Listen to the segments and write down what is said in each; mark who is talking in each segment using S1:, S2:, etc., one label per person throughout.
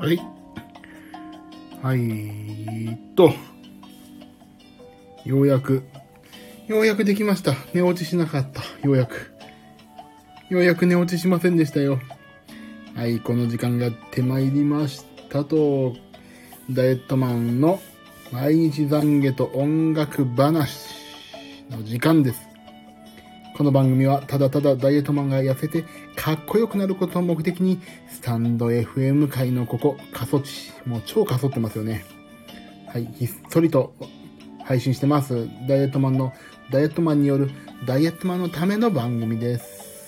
S1: はい。ようやくできました。寝落ちしなかった。ようやく寝落ちしませんでしたよ。はい、この時間がやってまいりましたと、ダイエットマンの毎日懺悔と音楽話の時間です。この番組はただただダイエットマンが痩せてかっこよくなることを目的に、スタンド FM 界のここ過疎地、もう超過疎ってますよね。はい、ひっそりと配信してます。ダイエットマンによるダイエットマンのための番組です。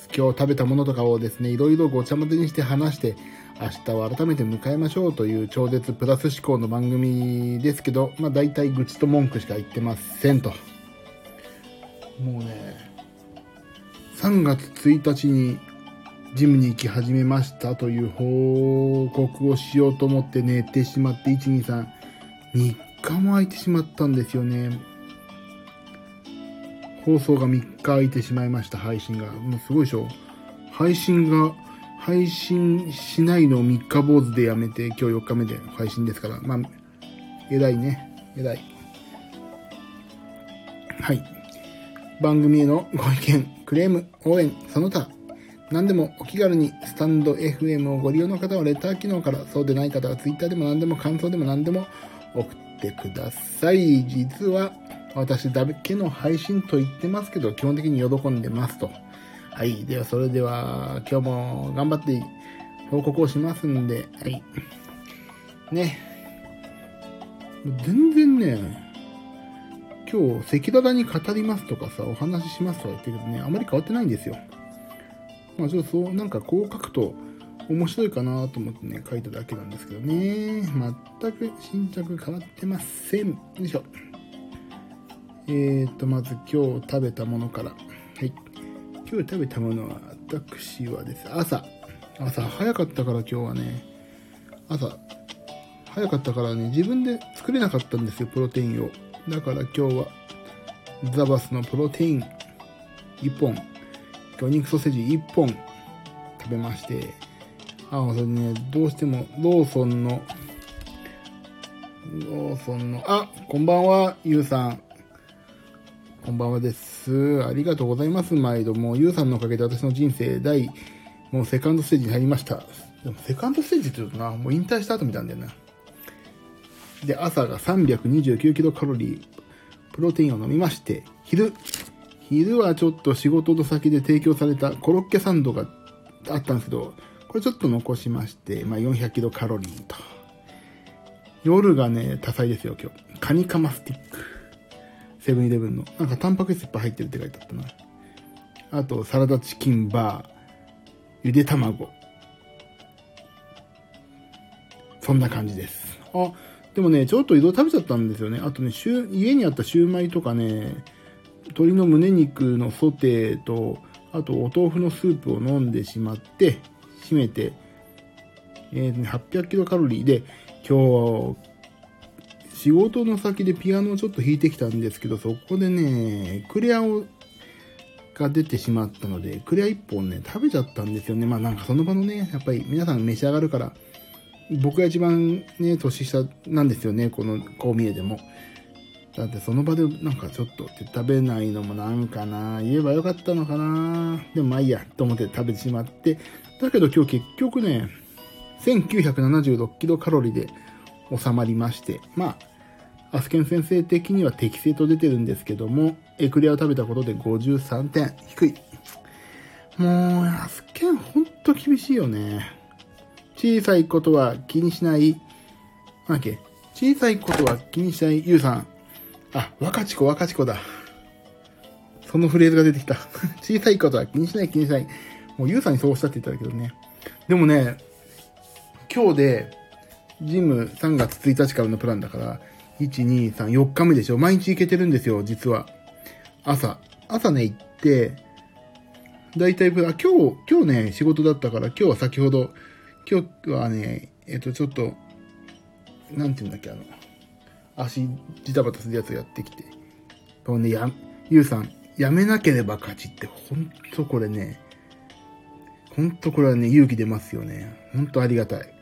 S1: 今日食べたものとかをですね、いろいろごちゃ混ぜにして話して、明日を改めて迎えましょうという超絶プラス思考の番組ですけど、大体愚痴と文句しか言ってませんと。もうね、3月1日にジムに行き始めましたという報告をしようと思って寝てしまって、1、2、3、3日も空いてしまったんですよね。放送が3日空いてしまいました。配信がもうすごいでしょ。配信しないのを3日坊主でやめて、今日4日目で配信ですから、偉いね、偉い。はい、番組へのご意見、クレーム、応援、その他何でもお気軽にスタンド FM をご利用の方はレター機能から、そうでない方はツイッターでも何でも感想でも何でも送ってください。実は私だけの配信と言ってますけど、基本的に喜んでますと。はい。では、それでは今日も頑張って報告をしますんで、はい。ね。全然ね、今日赤裸々に語りますとかさ、お話ししますとか言ってるけどね、あまり変わってないんですよ。ちょっとそう、なんかこう書くと面白いかなと思ってね、書いただけなんですけどね。全く進捗変わってません。よいしょ。まず今日食べたものから。はい。今日食べたものは、私はです。朝早かったから今日はね、朝早かったからね、自分で作れなかったんですよ、プロテインを。だから今日は、ザバスのプロテイン1本、魚肉ソーセージ1本食べまして、それね、どうしてもローソンの、こんばんは、ゆうさん。こんばんはです。ありがとうございます。毎度。もう、ゆうさんのおかげで私の人生もうセカンドステージに入りました。でも、セカンドステージって言うとな、もう引退した後みたいなんだよな。で、朝が329キロカロリー、プロテインを飲みまして、昼はちょっと仕事の先で提供されたコロッケサンドがあったんですけど、これちょっと残しまして、400キロカロリーと。夜がね、多彩ですよ、今日。カニカマスティック。セブンイレブンの。なんかタンパク質いっぱい入ってるって書いてあったな。あと、サラダチキンバー、ゆで卵。そんな感じです。でもね、ちょっと移動食べちゃったんですよね。あとね、家にあったシューマイとかね、鶏の胸肉のソテーと、あとお豆腐のスープを飲んでしまって、締めて、800キロカロリーで、今日、仕事の先でピアノをちょっと弾いてきたんですけど、そこでね、エクレアが出てしまったので、エクレア1本ね、食べちゃったんですよね。なんかその場のね、やっぱり皆さん召し上がるから、僕が一番ね、年下なんですよね、こう見えても。だってその場でなんかちょっとって食べないのもなんかな、言えばよかったのかな。でもいいや、と思って食べてしまって。だけど今日結局ね、1976キロカロリーで収まりまして、アスケン先生的には適正と出てるんですけども、エクレアを食べたことで53点。低い。もう、アスケンほんと厳しいよね。小さいことは気にしない。小さいことは気にしない、ゆうさん。若ち子だ。そのフレーズが出てきた。小さいことは気にしない。もうゆうさんにそうおっしゃっていただけどね。でもね、今日で、ジム3月1日からのプランだから、1、2、3、4日目でしょ。毎日行けてるんですよ、実は。朝ね、行って、だいたい、今日ね、仕事だったから、今日はね、ちょっと、なんていうんだっけ、足、ジタバタするやつやってきて。これね、ゆうさん、やめなければ勝ちって、ほんとこれはね、勇気出ますよね。ほんとありがたい。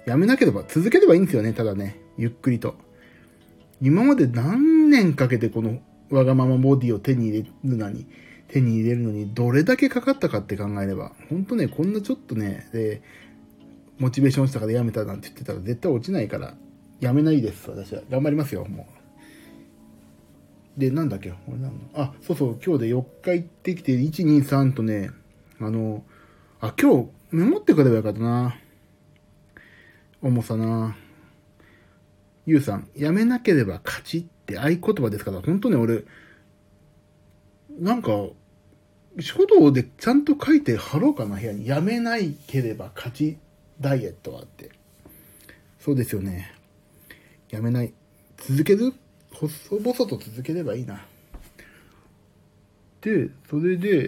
S1: やめなければ、続ければいいんですよね、ただね。ゆっくりと。今まで何年かけてこのわがままボディを手に入れるのに、どれだけかかったかって考えれば、ほんとね、こんなちょっとね、で、モチベーションしたからやめたなんて言ってたら絶対落ちないから、やめないです、私は。頑張りますよ、もう。で、なんだっけ、そうそう、今日で4日行ってきて、1、2、3とね、今日、メモってくればよかったな。重さな。ゆうさん、やめなければ勝ちって合言葉ですから、本当ね、俺、なんか、書道でちゃんと書いて貼ろうかな、部屋に。やめないければ勝ちダイエットはって。そうですよね。やめない。続ける？細々と続ければいいな。で、それで、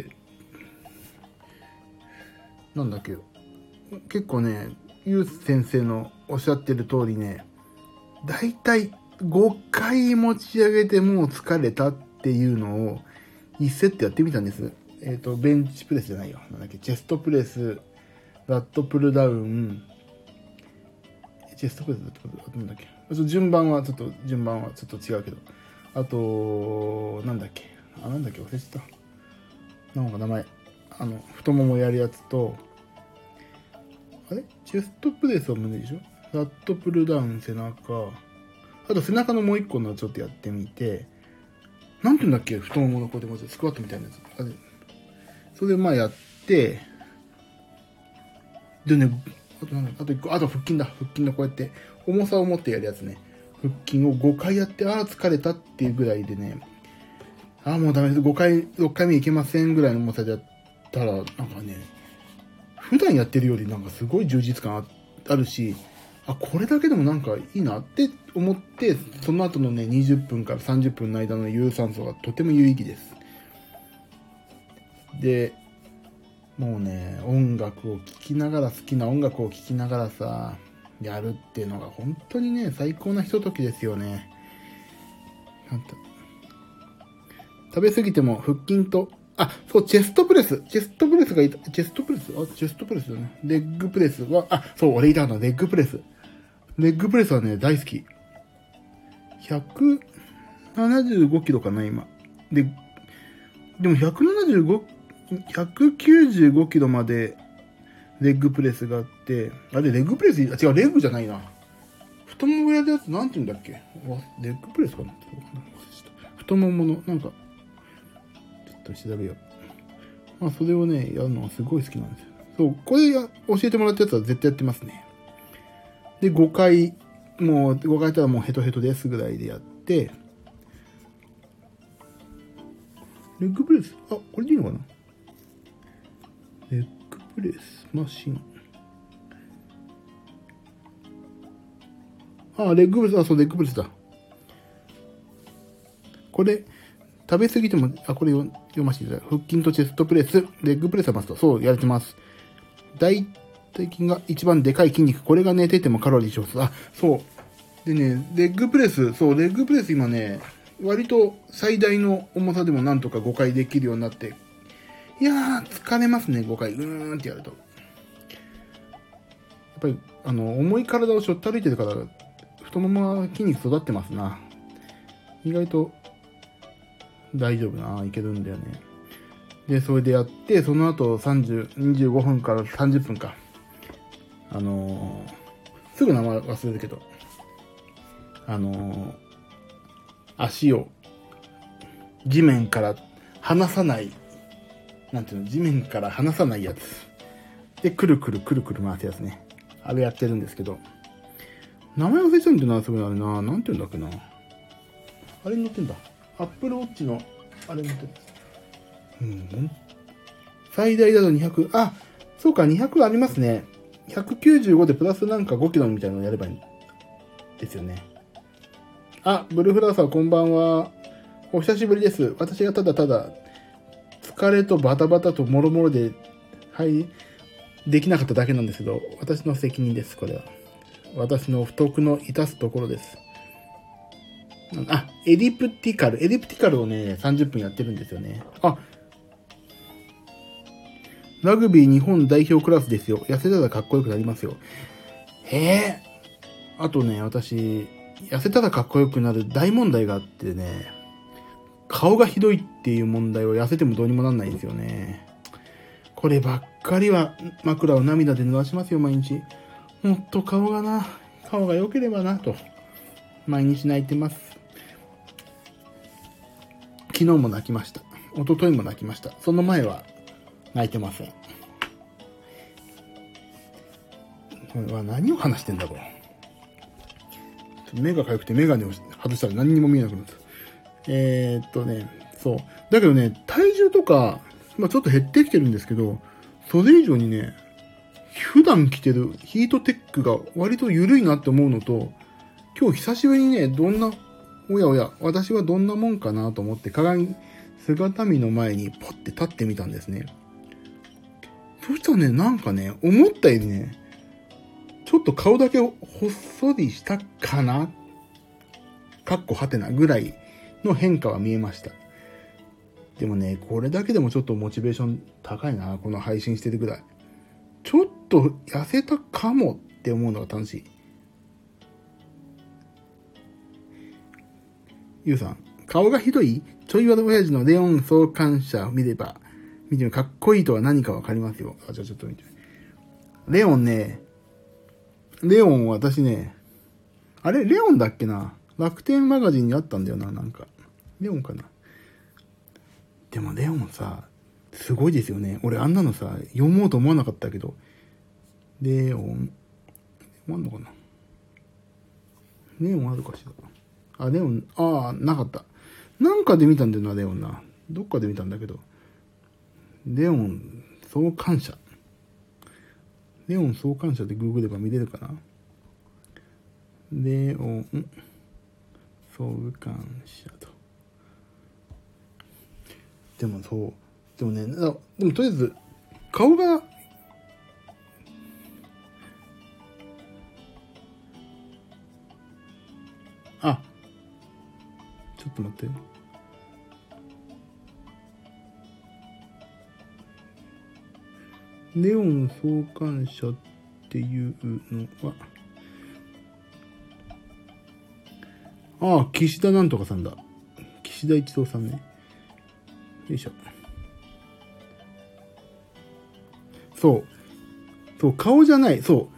S1: なんだっけ、結構ね、ゆう先生のおっしゃってる通りね、だいたい5回持ち上げてもう疲れたっていうのを1セットやってみたんです。ベンチプレスじゃないよ。なんだっけ、チェストプレス、ラットプルダウン、チェストプレスだとなんだっけ。順番はちょっと違うけど。あと、なんだっけ忘れちゃった。なんか名前。太ももやるやつと、チェストプレスは胸でしょ？ラットプルダウン背中、あと背中のもう一個のちょっとやってみて、なんていうんだっけ、太もものこうでもスクワットみたいなやつ。それでやって、でね、あと一個、あと腹筋だ。腹筋のこうやって、重さを持ってやるやつね。腹筋を5回やって、疲れたっていうぐらいでね、もうダメです。5回、6回目いけませんぐらいの重さでやったら、なんかね、普段やってるよりなんかすごい充実感あるし、これだけでもなんかいいなって思って、その後のね、20分から30分の間の有酸素がとても有意義です。で、もうね、音楽を聴きながら、好きな音楽を聴きながらさ、やるっていうのが本当にね、最高なひとときですよね。食べ過ぎても腹筋と、そう、チェストプレスがいた。チェストプレスだね。レッグプレスは、そう、俺いたの、レッグプレス。レッグプレスはね、大好き。175キロかな、今。でも195キロまでレッグプレスがあって、レッグプレス、違う、レッグじゃないな。太ももやるやつ、なんて言うんだっけ？レッグプレスかな？太ももの、なんか、ちょっと調べよう。それをね、やるのがすごい好きなんですよ。そう、これ教えてもらったやつは絶対やってますね。で、5回やったらもうヘトヘトですぐらいでやって、レッグプレス、これでいいのかな？レッグプレス、マシン。レッグプレス、そう、レッグプレスだ。これ、食べ過ぎても、これ読ませていただく。腹筋とチェストプレス、レッグプレスはマスト。そう、やれてます。大腿筋が一番でかい筋肉。これが寝ててもカロリー消費。そう。でね、レッグプレス今ね、割と最大の重さでもなんとか5回できるようになって。いやー、疲れますね、5回。ってやると。やっぱり、重い体を背負って歩いてるから、太ももは筋肉育ってますな。意外と、大丈夫な、いけるんだよね。で、それでやって、その後25分から30分か。すぐ名前忘れるけど、足を地面から離さない、地面から離さないやつ。で、くるくる回すやつね。あれやってるんですけど、名前忘れちゃうんだよな、すごいあれな。なんて言うんだっけな。あれに乗ってんだ。アップルウォッチの、あれに乗ってる。最大だと200、そうか、200ありますね。195でプラスなんか5キロみたいなのやればいいんですよね。ブルーフラワーさんこんばんは。お久しぶりです。私がただただ、疲れとバタバタともろもろで、できなかっただけなんですけど、私の責任です、これは。私の不徳の致すところです。エリプティカルをね、30分やってるんですよね。ラグビー日本代表クラスですよ。痩せたらかっこよくなりますよ。 あとね、私、痩せたらかっこよくなる大問題があってね、顔がひどいっていう問題を痩せてもどうにもなんないんですよね。こればっかりは枕を涙で濡らしますよ、毎日。もっと顔が良ければな、と。毎日泣いてます。昨日も泣きました。一昨日も泣きました。その前は泣いてません。これは何を話してんだろう。目が痒くてメガネを外したら何にも見えなくなった。そう。だけどね、体重とか、ちょっと減ってきてるんですけど、それ以上にね、普段着てるヒートテックが割と緩いなって思うのと、今日久しぶりにね、私はどんなもんかなと思って姿見の前にポッて立ってみたんですね。そしたらね、なんかね、思ったよりね、ちょっと顔だけほっそりしたかなかっこはてなぐらいの変化は見えました。でもね、これだけでもちょっとモチベーション高いな、この配信してるぐらい。ちょっと痩せたかもって思うのが楽しい。ゆうさん、顔がひどいちょいわざ親父のレオン総監者を見てもかっこいいとは何かわかりますよ。じゃあちょっと見て。レオン私ね、あれレオンだっけな、楽天マガジンにあったんだよな、なんか。レオンかな。でもレオンさ、すごいですよね。俺あんなのさ、読もうと思わなかったけど。レオンあんのかな。レオンあるかしら。レオン、なかった。なんかで見たんだよな、レオンな。どっかで見たんだけど。レオン総監者。レオン総監者でググれば見れるかな。レオン総監者と。でもね、でもとりあえず、顔が、ちょっと待って。レオン総監者っていうのは、岸田なんとかさんだ。岸田一郎さんね。よいしょ。そう、顔じゃない。そう。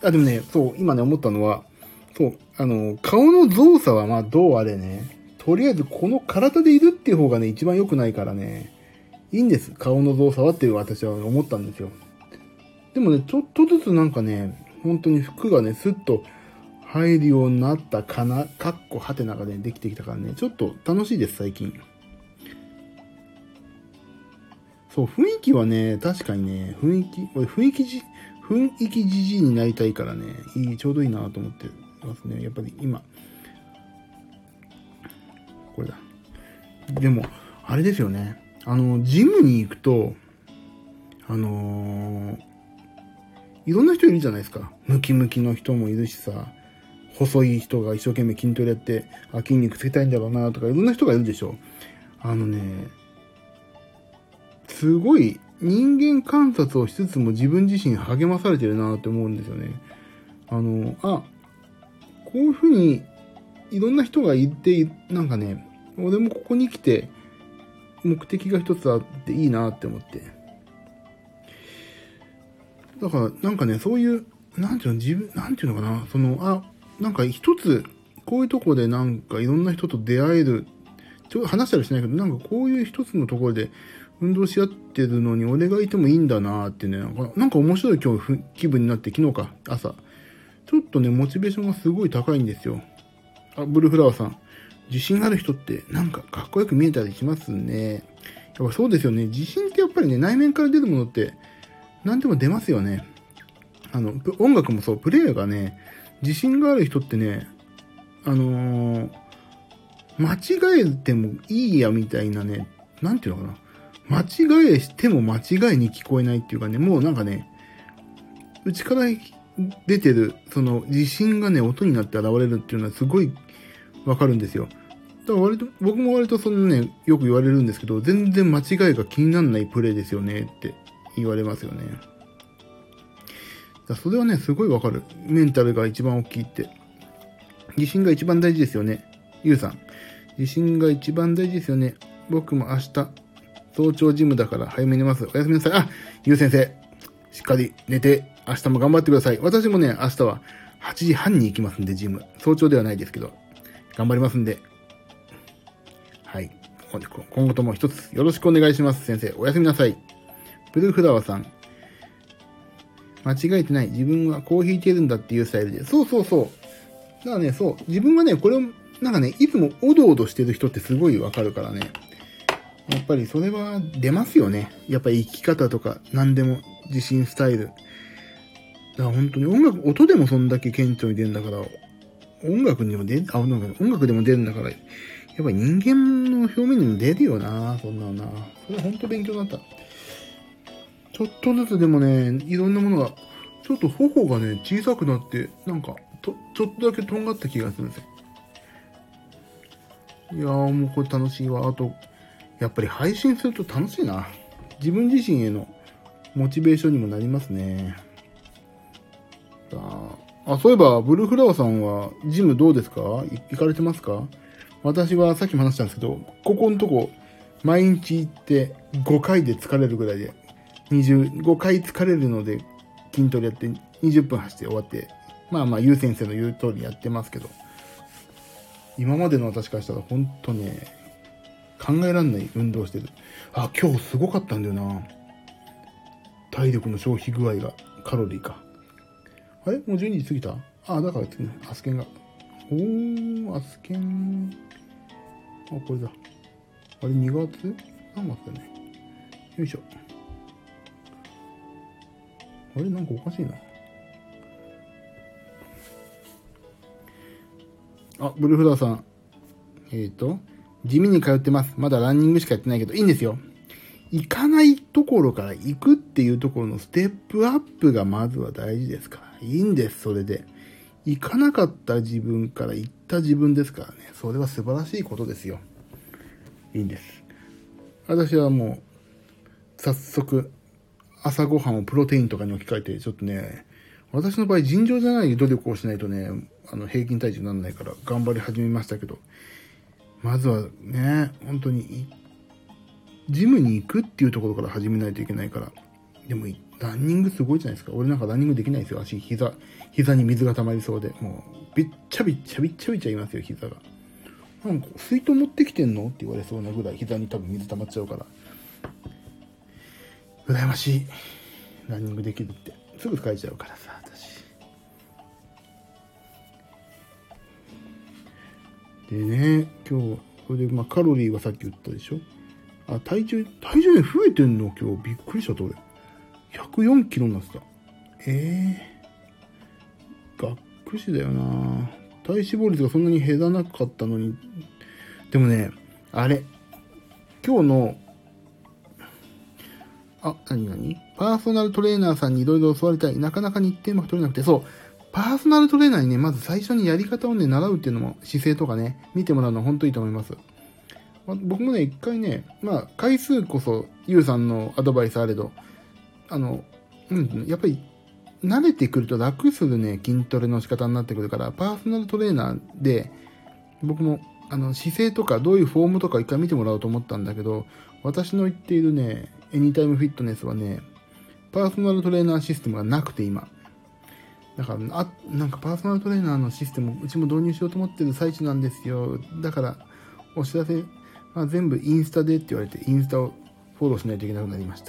S1: でもね、今ね、思ったのは、顔の造作はどうあれね。とりあえずこの体でいるっていう方がね、一番良くないからね。いいんです。顔の造作はっていう私は思ったんですよ。でもね、ちょっとずつなんかね、本当に服がね、スッと入るようになったかな、かっこはてながね、できてきたからね、ちょっと楽しいです、最近。そう、雰囲気はね、確かにね、雰囲気じじいになりたいからね、ちょうどいいなと思ってますね。やっぱり今。これだ。でも、あれですよね。ジムに行くと、いろんな人いるじゃないですか。ムキムキの人もいるしさ、細い人が一生懸命筋トレやって、筋肉つけたいんだろうなとか、いろんな人がいるでしょ。すごい人間観察をしつつも自分自身励まされてるなって思うんですよね。こういう風にいろんな人がいて、なんかね、俺もここに来て目的が一つあっていいなって思って。だからなんかね、そういう、なんていうのかな、なんか一つ、こういうとこでなんかいろんな人と出会える、ちょっと話したりしないけど、なんかこういう一つのところで運動し合ってるのに俺がいてもいいんだなーってね、なんか面白い今日気分になって昨日か、朝。ちょっとね、モチベーションがすごい高いんですよ。ブルーフラワーさん。自信ある人ってなんかかっこよく見えたりしますね。やっぱそうですよね。自信ってやっぱりね、内面から出るものって何でも出ますよね。音楽もそう、プレイヤーがね、自信がある人ってね、間違えてもいいやみたいなね、なんていうのかな。間違えしても間違いに聞こえないっていうかね、もうなんかね、内から出てる、自信がね、音になって現れるっていうのはすごいわかるんですよ。だから僕も割とよく言われるんですけど、全然間違いが気にならないプレイですよねって言われますよね。 それはね、すごいわかる。メンタルが一番大きいって。自信が一番大事ですよね。ゆうさん。自信が一番大事ですよね。僕も明日、早朝ジムだから早めに寝ます。おやすみなさい。あ、ゆう先生。しっかり寝て、明日も頑張ってください。私もね、明日は8時半に行きますんで、ジム。早朝ではないですけど、頑張りますんで。はい。今後とも一つよろしくお願いします。先生、おやすみなさい。ブルーフラワーさん。間違えてない。自分はコーヒーいけるんだっていうスタイルで。そうそうそう。だからね、そう。自分はね、これを、なんかね、いつもおどおどしてる人ってすごいわかるからね。やっぱりそれは出ますよね。やっぱり生き方とか何でも自信スタイル。だから本当に音でもそんだけ顕著に出るんだから、音楽でも出るんだから、やっぱり人間の表面にも出るよな、そんなのな。それは本当勉強になった。ちょっとずつでもね、いろんなものが、ちょっと頬がね、小さくなって、なんか、ちょっとだけとんがった気がするんですよ。いやーもうこれ楽しいわ。あと、やっぱり配信すると楽しいな。自分自身へのモチベーションにもなりますね。そういえば、ブルーフラワーさんはジムどうですか？行かれてますか？私はさっきも話したんですけど、ここのとこ、毎日行って5回で疲れるぐらいで、25回疲れるので筋トレやって20分走って終わって、まあゆう先生の言う通りやってますけど、今までの私からしたら本当ね、考えらんない運動してる。今日すごかったんだよな。体力の消費具合が、カロリーか。あれもう12時過ぎた？だから次のアスケンが。アスケン。これだ。あれ2月 ?3 月だね。よいしょ。あれなんかおかしいな。ブルーフラワーさん。地味に通ってます。まだランニングしかやってないけど、いいんですよ。行かないところから行くっていうところのステップアップがまずは大事ですから。いいんです、それで。行かなかった自分から行った自分ですからね。それは素晴らしいことですよ。いいんです。私はもう、早速、朝ごはんをプロテインとかに置き換えて、ちょっとね、私の場合尋常じゃない努力をしないとね、平均体重にならないから頑張り始めましたけど、まずはね、本当に、ジムに行くっていうところから始めないといけないから。でも、ランニングすごいじゃないですか。俺なんかランニングできないですよ。膝に水が溜まりそうで。もう、びっちゃびっちゃいますよ、膝が。なんか、水筒持ってきてんのって言われそうなぐらい膝に多分水溜まっちゃうから。羨ましい。ランニングできるって。すぐ疲れちゃうからさ、私。でね、今日、それでカロリーはさっき言ったでしょ。体重ね、増えてんの今日。びっくりしたと俺。104キロになってた。がっくしだよな。体脂肪率がそんなに減らなかったのに。でもね、あれ。今日の、何パーソナルトレーナーさんにいろいろ教わりたい。なかなか日程も取れなくて。そう。パーソナルトレーナーにね、まず最初にやり方をね、習うっていうのも、姿勢とかね、見てもらうのは本当にいいと思います。僕もね、一回ね、回数こそ、ゆうさんのアドバイスあれど、やっぱり、慣れてくると楽するね、筋トレの仕方になってくるから、パーソナルトレーナーで、僕も、姿勢とか、どういうフォームとか一回見てもらおうと思ったんだけど、私の言っているね、エニタイムフィットネスはね、パーソナルトレーナーシステムがなくて今。だから、なんかパーソナルトレーナーのシステム、うちも導入しようと思ってる最中なんですよ。だから、お知らせ、全部インスタでって言われて、インスタをフォローしないといけなくなりました。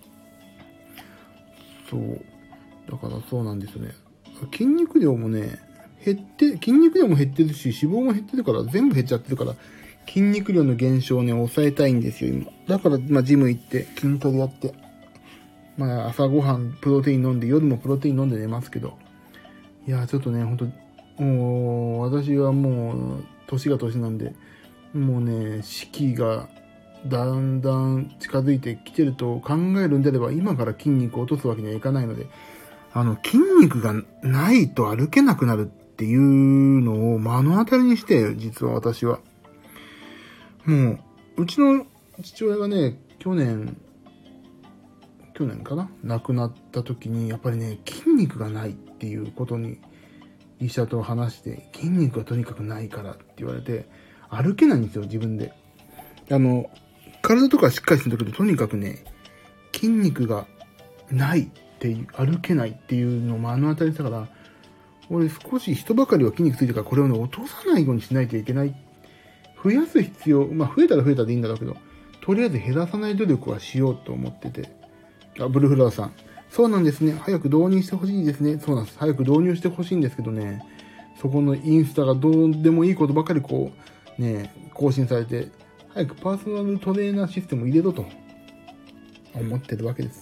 S1: そう。だからそうなんですよね。筋肉量も減ってるし、脂肪も減ってるから、全部減っちゃってるから、筋肉量の減少をね、抑えたいんですよ、今。だから、ジム行って、筋トレやって。朝ごはん、プロテイン飲んで、夜もプロテイン飲んで寝ますけど。いや、ちょっとね、ほんと、もう、私はもう、年が年なんで、もうね、四季がだんだん近づいてきてると考えるんであれば、今から筋肉を落とすわけにはいかないので、筋肉がないと歩けなくなるっていうのを目の当たりにして、実は私は。もう、うちの父親がね、去年去年かな、亡くなった時に、やっぱりね、筋肉がないっていうことに、医者と話して、筋肉がとにかくないからって言われて、歩けないんですよ、自分で。体とかしっかりしてるんだけど、とにかくね、筋肉がないっていう、歩けないっていうのを目の当たりしたから、俺少し人ばかりは筋肉ついてるから、これをね、落とさないようにしないといけない。増やす必要、まあ増えたら増えたでいいんだろうけど、とりあえず減らさない努力はしようと思ってて。ブルフラワーさん。そうなんですね。早く導入してほしいですね。そうなんです。早く導入してほしいんですけどね、そこのインスタがどうでもいいことばかりこう、ね、更新されて、早くパーソナルトレーナーシステムを入れろと思ってるわけです。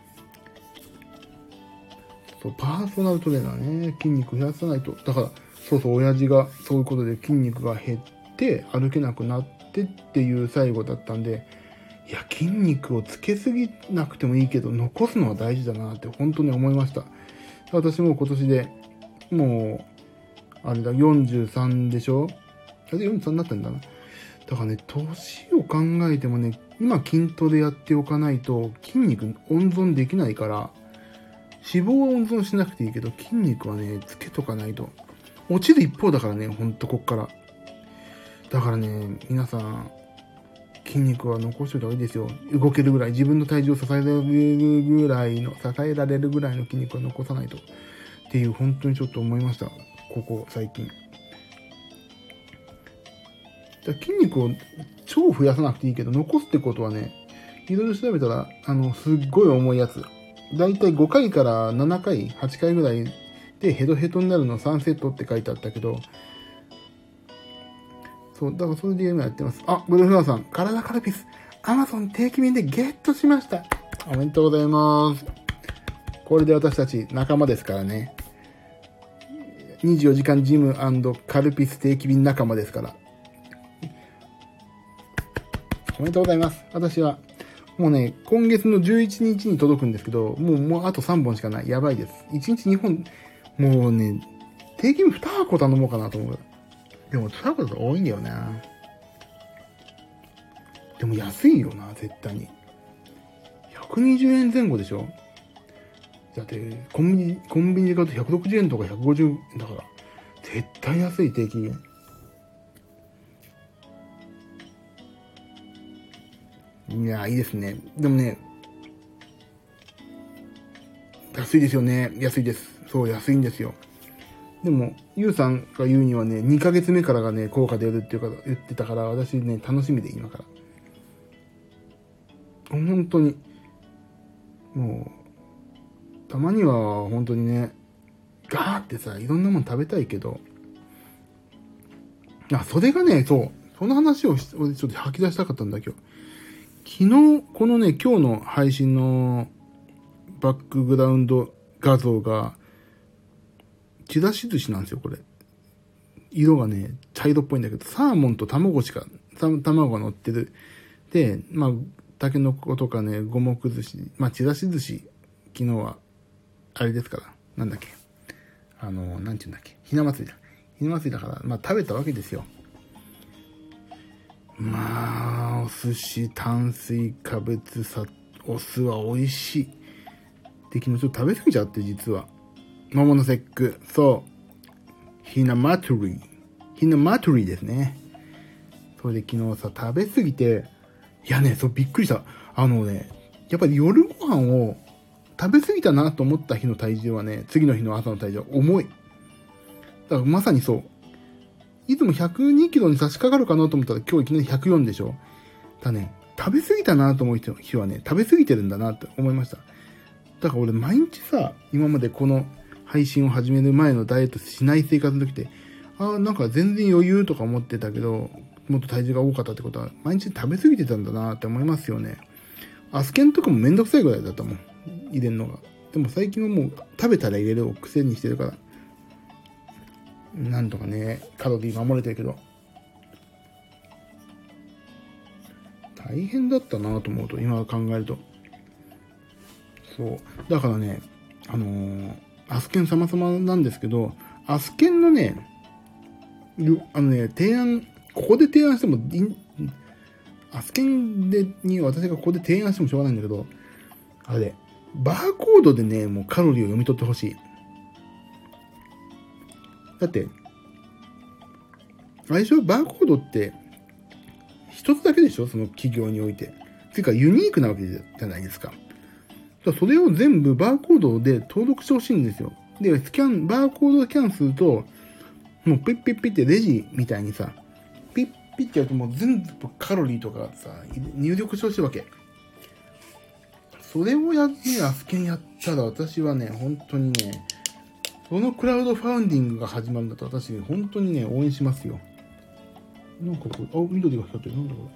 S1: そう、パーソナルトレーナーね、筋肉増やさないと。だから、そうそう、親父がそういうことで筋肉が減って歩けなくなってっていう最後だったんで、いや、筋肉をつけすぎなくてもいいけど、残すのは大事だなって本当に思いました。私も今年でもう、あれだ、43でしょ？あれ43になったんだな。だからね、年を考えてもね、今筋トレやっておかないと筋肉温存できないから、脂肪は温存しなくていいけど、筋肉はね、つけとかないと。落ちる一方だからね、ほんとこっから。だからね、皆さん、筋肉は残しておいた方がいいですよ。動けるぐらい、自分の体重を支えられるぐらいの筋肉は残さないと。っていう、本当にちょっと思いました。ここ、最近。筋肉を超増やさなくていいけど、残すってことはね、いろいろ調べたら、すっごい重いやつ。だいたい5回から7回、8回ぐらいでヘドヘドになるの3セットって書いてあったけど、そう、だからそれで今やってます。あ、ブルーフラワーさん、体カルピス、Amazon 定期便でゲットしました。おめでとうございます。これで私たち仲間ですからね。24時間ジム&カルピス定期便仲間ですから。おめでとうございます。私は、もうね、今月の11日に届くんですけど、もうあと3本しかない。やばいです。1日2本、もうね、定期便2箱頼もうかなと思う。でも2箱だと多いんだよな。でも安いよな、絶対に。120円前後でしょ？だって、コンビニで買うと160円とか150円だから、絶対安い定期便。いや、いいですね。でもね、安いですよね。安いです。そう、安いんですよ。でも、ゆうさんが言うにはね、2ヶ月目からがね、効果出るっていうか、言ってたから、私ね、楽しみで、今から。本当に、もう、たまには本当にね、ガーってさ、いろんなもの食べたいけど、それがね、そう、その話をちょっと吐き出したかったんだ、今日。昨日、このね、今日の配信のバックグラウンド画像が、ちらし寿司なんですよ、これ。色がね、茶色っぽいんだけど、サーモンと卵が乗ってる。で、まあ、タケノコとかね、五目寿司、まあ、ちらし寿司、昨日は、あれですから、なんだっけ。なんていうんだっけ。ひな祭りだ。ひな祭りだから、まあ、食べたわけですよ。まあ、お寿司、炭水化物、お酢は美味しい。で、昨日ちょっと食べ過ぎちゃって、実は。桃の節句。そう。ひな祭りですね。それで昨日さ、食べ過ぎて、いやね、そう、びっくりした。やっぱり夜ご飯を食べ過ぎたなと思った日の体重はね、次の日の朝の体重は重い。だからまさにそう。いつも102キロに差し掛かるかなと思ったら今日いきなり104でしょ。だね、食べ過ぎたなと思う日はね、食べ過ぎてるんだなって思いました。だから俺毎日さ、今までこの配信を始める前のダイエットしない生活の時って、なんか全然余裕とか思ってたけど、もっと体重が多かったってことは、毎日食べ過ぎてたんだなって思いますよね。アスケンとかもめんどくさいぐらいだったもん。入れるのが。でも最近はもう食べたら入れるを癖にしてるから、なんとかね、カロリー守れてるけど、大変だったなと思うと、今考えると。そう。だからね、アスケン様々なんですけど、アスケンのね、提案、ここで提案してもアスケンに私がここで提案してもしょうがないんだけど、 あれ、バーコードでね、もうカロリーを読み取ってほしい。だって、最初バーコードって一つだけでしょ、その企業において。ていうかユニークなわけじゃないですか。それを全部バーコードで登録してほしいんですよ。で、バーコードスキャンすると、もうピッピッピッってレジみたいにさ、ピッピッってやるともう全部カロリーとかさ、入力してほしいわけ。それをアスケンやったら私はね、本当にね、そのクラウドファウンディングが始まるんだと私、本当にね、応援しますよ。なんかこれ、緑が光ってる。なんだこ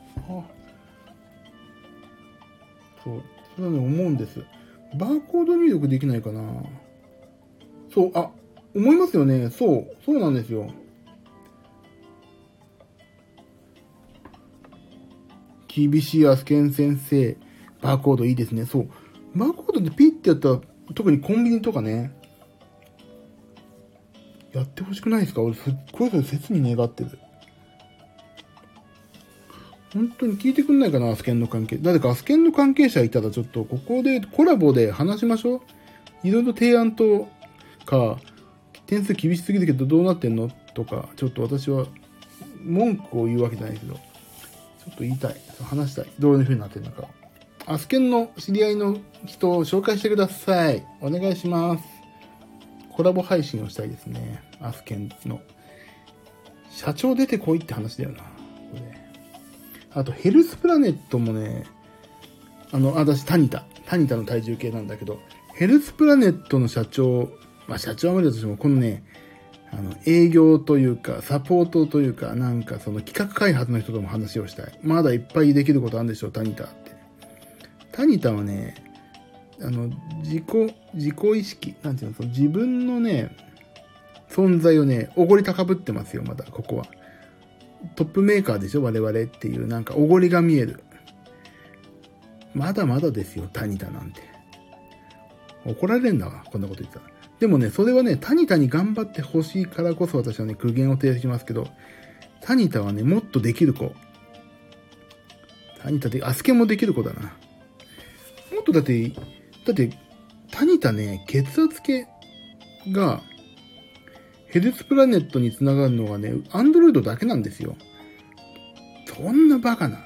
S1: れ。そう。それはね、思うんです。バーコード入力できないかな。そう、思いますよね。そうなんですよ。厳しいアスケン先生、バーコードいいですね。そう。バーコードでピッてやったら、特にコンビニとかね、やってほしくないですか？俺、すっごいそれ切に願ってる。本当に聞いてくんないかな、アスケンの関係。誰かアスケンの関係者いたらちょっとここでコラボで話しましょう。いろいろ提案とか、点数厳しすぎるけどどうなってんのとか、ちょっと私は文句を言うわけじゃないけど、ちょっと言いたい。話したい。どういう風になってるのか。アスケンの知り合いの人を紹介してください。お願いします。コラボ配信をしたいですね。アスケンの。社長出てこいって話だよな。これあと、ヘルスプラネットもね、私、タニタの体重計なんだけど、ヘルスプラネットの社長、社長は無理だとしても、このね、営業というか、サポートというか、なんかその企画開発の人とも話をしたい。まだいっぱいできることあるんでしょう、タニタって。タニタはね、自己意識、なんていうの、その自分のね、存在をね、おごり高ぶってますよ、まだ、ここは。トップメーカーでしょ、我々っていう、なんかおごりが見える。まだまだですよ、タニタなんて。怒られるんだわ、こんなこと言ったら。でもね、それはね、タニタに頑張ってほしいからこそ私はね、苦言を呈しますけど、タニタはね、もっとできる子。タニタで、アスケもできる子だな。もっとだって、タニタね、血圧計が、ヘルスプラネットにつながるのがね、アンドロイドだけなんですよ。そんなバカな。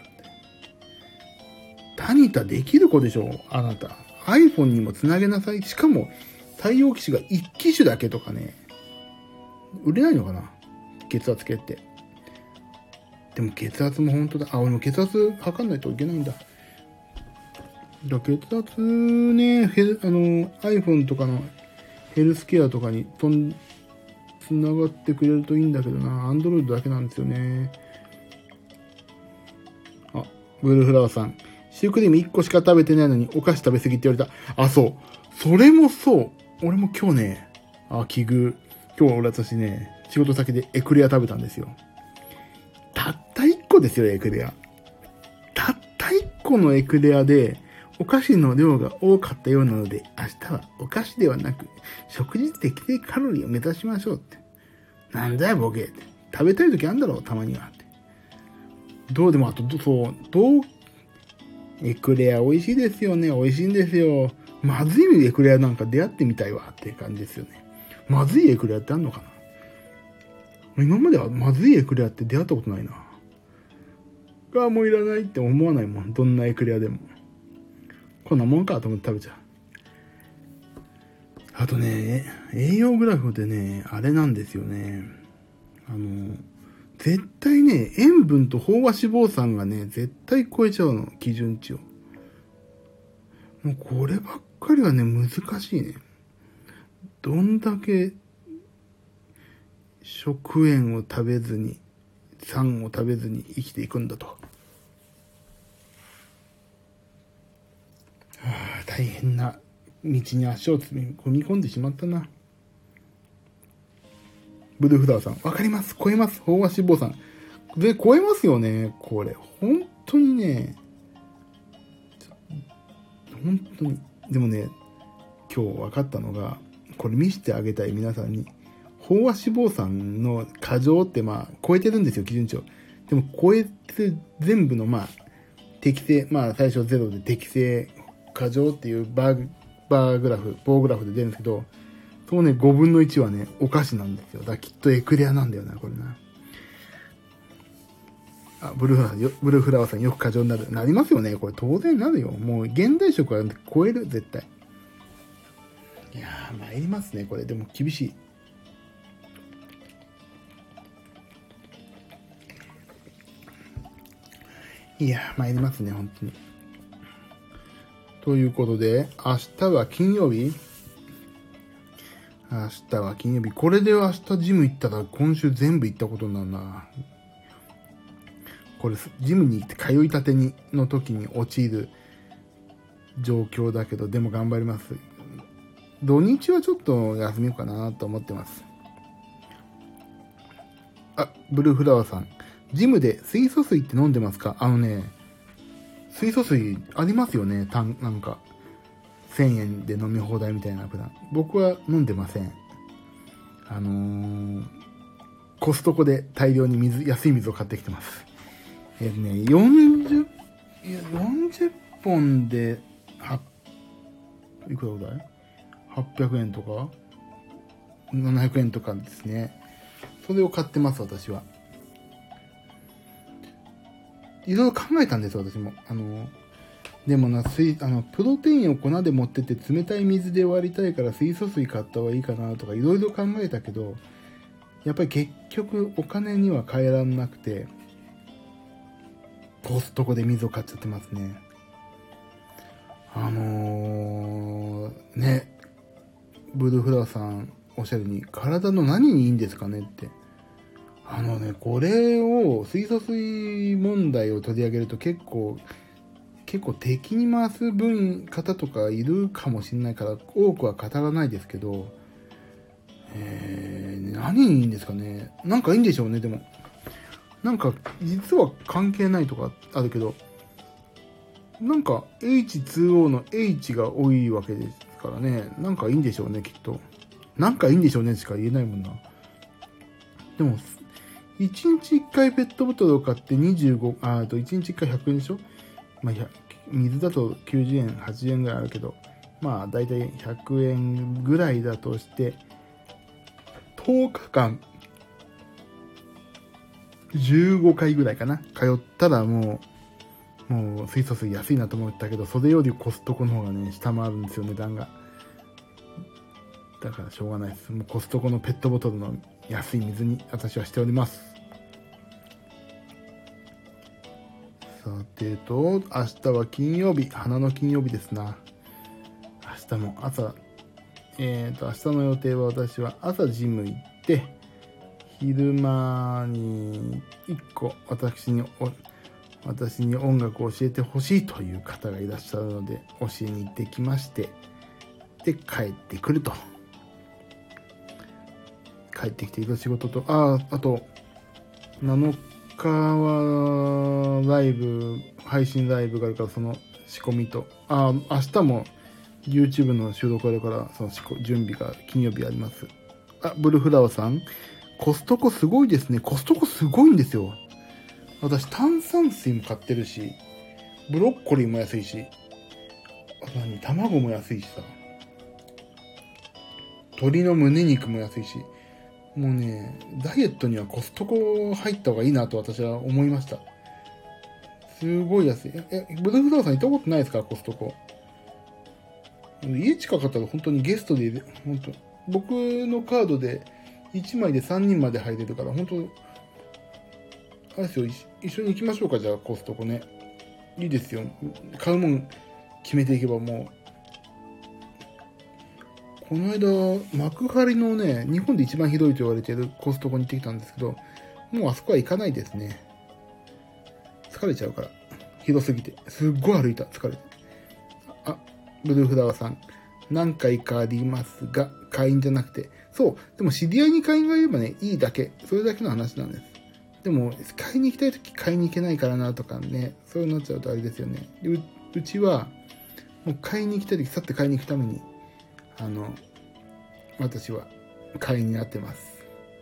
S1: タニタできる子でしょ、あなた。iPhone にもつなげなさい。しかも、対応機種が1機種だけとかね。売れないのかな、血圧計って。でも血圧も本当だ。俺も血圧測んないといけないんだ。血圧ね、iPhone とかのヘルスケアとかにつながってくれるといいんだけどな。Android だけなんですよね。ブルーフラワーさん。シュークリーム1個しか食べてないのにお菓子食べ過ぎって言われた。そう。それもそう。俺も今日ね、奇遇。今日俺私ね、仕事先でエクレア食べたんですよ。たった1個ですよ、エクレア。たった1個のエクレアで、お菓子の量が多かったようなので、明日はお菓子ではなく、食事適正カロリーを目指しましょうって。なんだよ、ボケって。食べたい時あんだろう、たまにはって。エクレア美味しいですよね。美味しいんですよ。まずいエクレアなんか出会ってみたいわって感じですよね。まずいエクレアってあんのかな？今まではまずいエクレアって出会ったことないな。もういらないって思わないもん。どんなエクレアでも。こんなもんかと思って食べちゃう。あとね、栄養グラフでね、あれなんですよね。絶対ね、塩分と飽和脂肪酸がね、絶対超えちゃうの、基準値を。もうこればっかりはね、難しいね。どんだけ食塩を食べずに、酸を食べずに生きていくんだと。大変な道に足を踏み込んでしまったな。ブルーフラワーさん、わかります。超えます。飽和脂肪酸。で、超えますよね。これ。本当にね。本当に。でもね、今日分かったのが、これ見せてあげたい皆さんに。飽和脂肪酸の過剰って超えてるんですよ、基準値を。でも超えて全部の適正、最初0で適正過剰っていう棒グラフで出るんですけど、そのね、5分の1はね、お菓子なんですよ。だからきっとエクレアなんだよな、これな。あ、ブルーフラワーさんよく過剰になりますよね。これ当然なるよ。もう現代食は超える、絶対。いやー、参りますね、これ。でも厳しい。いやー、参りますね、本当に。ということで、明日は金曜日。これで明日ジム行ったら今週全部行ったことになるな。これ、ジムに行って通いたての時に陥る状況だけど、でも頑張ります。土日はちょっと休みようかなと思ってます。あ、ブルーフラワーさん。ジムで水素水って飲んでますか？水素水ありますよね。なんか、1000円で飲み放題みたいなプラン。僕は飲んでません。コストコで大量に安い水を買ってきてます。40本で、いくらぐらい ?800 円とか700円とかですね。それを買ってます、私は。いろいろ考えたんです、私も。でもな、プロテインを粉で持ってって冷たい水で割りたいから水素水買った方がいいかなとかいろいろ考えたけど、やっぱり結局お金には変えらんなくて、コストコで水を買っちゃってますね。ブルーフラワーさんおっしゃるに、体の何にいいんですかねって。これを、水素水問題を取り上げると結構敵に回す方とかいるかもしれないから多くは語らないですけど、何にいいんですかね。なんかいいんでしょうね。でもなんか実は関係ないとかあるけど、なんか H2O の H が多いわけですからね。なんかいいんでしょうね、きっと。なんかいいんでしょうねしか言えないもんな。でも1日1回ペットボトルを買って1日1回100円でしょ。まあ、水だと90円、80円ぐらいあるけど、まあ、だいたい100円ぐらいだとして、10日間、15回ぐらいかな。通ったらもう水素水安いなと思ったけど、それよりコストコの方がね、下回るんですよ、値段が。だからしょうがないです。もうコストコのペットボトルの安い水に私はしております。さて明日は金曜日、花の金曜日ですな。明日も朝、明日の予定は私は朝ジム行って、昼間に1個私に音楽を教えてほしいという方がいらっしゃるので、教えに行ってきまして、で、帰ってくると。帰ってきている仕事と、あと、7日は配信ライブがあるから、その仕込みと、明日も YouTube の収録あるから、その準備が金曜日あります。ブルーフラワーさん、コストコすごいですね。コストコすごいんですよ。私、炭酸水も買ってるし、ブロッコリーも安いし、卵も安いしさ、鶏の胸肉も安いし、もうね、ダイエットにはコストコ入った方がいいなと私は思いました。すごい安い。ブルーフラワーさん行ったことないですか、コストコ。家近かったら本当にゲストで、本当僕のカードで1枚で3人まで入れるから、本当あれですよ、一緒に行きましょうか、じゃあコストコね。いいですよ。買うもん決めていけばもう。この間、幕張のね、日本で一番ひどいと言われているコストコに行ってきたんですけど、もうあそこは行かないですね。疲れちゃうから。ひどすぎて。すっごい歩いた。疲れて。ブルーフラワーさん。何回かありますが、会員じゃなくて。そう。でも知り合いに会員がいればね、いいだけ。それだけの話なんです。でも、買いに行きたいとき買いに行けないからなとかね、そうなっちゃうとあれですよね。うちは、もう買いに行きたいとき、去って買いに行くために、私は会員になってます。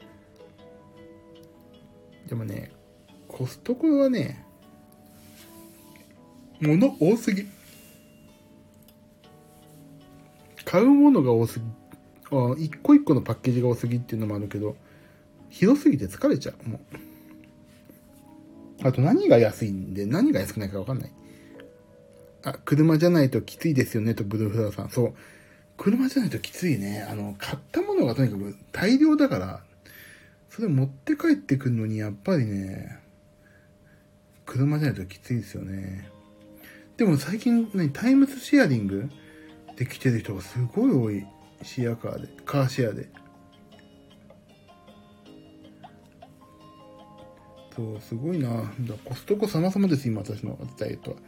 S1: でもね、コストコはね、物多すぎ。 買うものが多すぎ、一個一個のパッケージが多すぎっていうのもあるけど、広すぎて疲れちゃう、もう。あと何が安いんで、何が安くないかわかんない。車じゃないときついですよね、とブルーフラワーさん。そう。車じゃないときついね。買ったものがとにかく大量だから、それ持って帰ってくるのに、やっぱりね、車じゃないときついですよね。でも最近、タイムズシェアリングで来てる人がすごい多い。カーシェアで。そう、すごいな。コストコ様々です、今、私のダイエットは。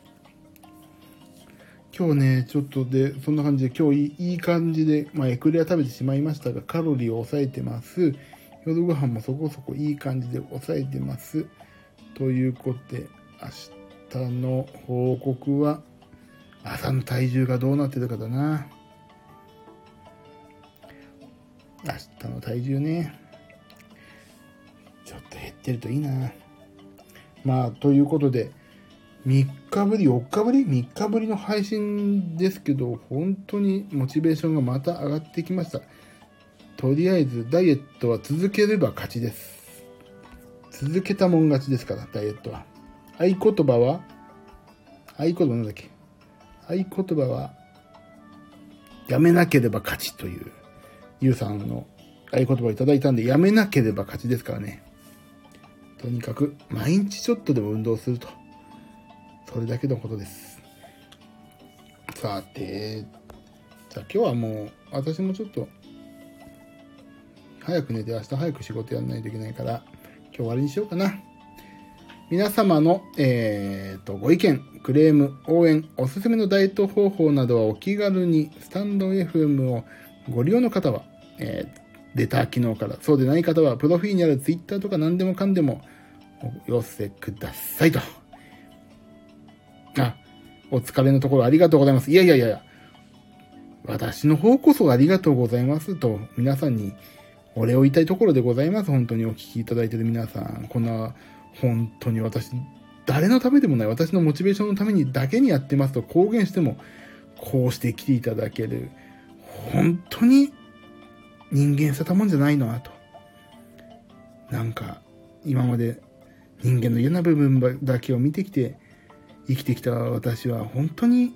S1: 今日ね、ちょっとで、そんな感じで、今日いい感じで、エクレア食べてしまいましたが、カロリーを抑えてます。夜ご飯もそこそこいい感じで抑えてます。ということで、明日の報告は、朝の体重がどうなってるかだな。明日の体重ね。ちょっと減ってるといいな。ということで、3日ぶりの配信ですけど、本当にモチベーションがまた上がってきました。とりあえず、ダイエットは続ければ勝ちです。続けたもん勝ちですから、ダイエットは。合言葉なんだっけ。合言葉は、やめなければ勝ちという、ゆうさんの合言葉をいただいたんで、やめなければ勝ちですからね。とにかく、毎日ちょっとでも運動すると。それだけのことです。さて、じゃあ今日はもう、私もちょっと、早く寝て明日早く仕事やらないといけないから、今日終わりにしようかな。皆様の、ご意見、クレーム、応援、おすすめのダイエット方法などはお気軽にスタンド FM をご利用の方は、レター機能から、そうでない方はプロフィールにある Twitter とか何でもかんでもお寄せくださいと。お疲れのところありがとうございます。いや。私の方こそありがとうございますと、皆さんにお礼を言いたいところでございます。本当にお聞きいただいている皆さん。こんな、本当に誰のためでもない、私のモチベーションのためにだけにやってますと公言しても、こうして来ていただける。本当に人間したたもんじゃないなと。今まで人間の嫌な部分だけを見てきて、生きてきた私は本当に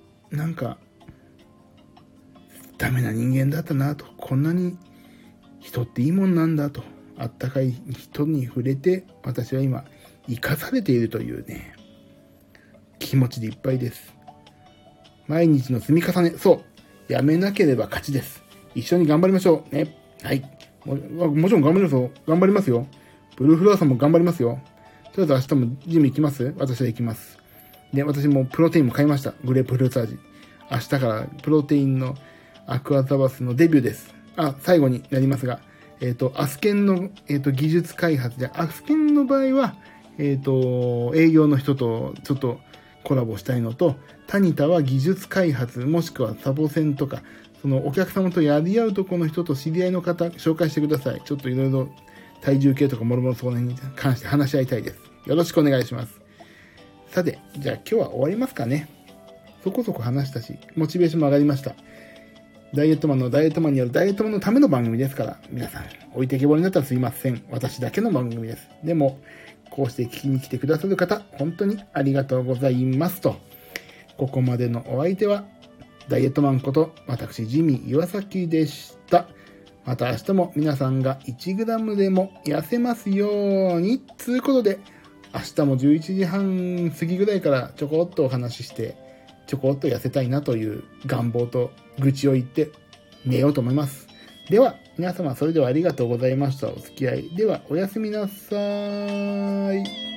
S1: ダメな人間だったなと。こんなに人っていいもんなんだと。あったかい人に触れて、私は今生かされているというね、気持ちでいっぱいです。毎日の積み重ね、そう、やめなければ勝ちです。一緒に頑張りましょうね。はい。もちろん頑張りますよ。ブルーフラワーさんも頑張りますよ。とりあえず明日もジム行きます？私は行きます。で、私もプロテインも買いました。グレープフルーツ味。明日からプロテインのアクアザバスのデビューです。最後になりますが、アスケンの、技術開発で、アスケンの場合は、営業の人とちょっとコラボしたいのと、タニタは技術開発、もしくはサボセンとか、そのお客様とやり合うとこの人と知り合いの方、紹介してください。ちょっといろいろ体重計とかもろもろその辺に関して話し合いたいです。よろしくお願いします。さて、じゃあ今日は終わりますかね。そこそこ話したし、モチベーションも上がりました。ダイエットマンのダイエットマンによるダイエットマンのための番組ですから、皆さん、置いてけぼりになったらすいません。私だけの番組です。でも、こうして聞きに来てくださる方、本当にありがとうございますと。ここまでのお相手は、ダイエットマンこと、私、ジミー岩崎でした。また明日も皆さんが 1g でも痩せますように、ということで、明日も11時半過ぎぐらいからちょこっとお話しして、ちょこっと痩せたいなという願望と愚痴を言って寝ようと思います。では、皆様それではありがとうございました。お付き合い。では、おやすみなさーい。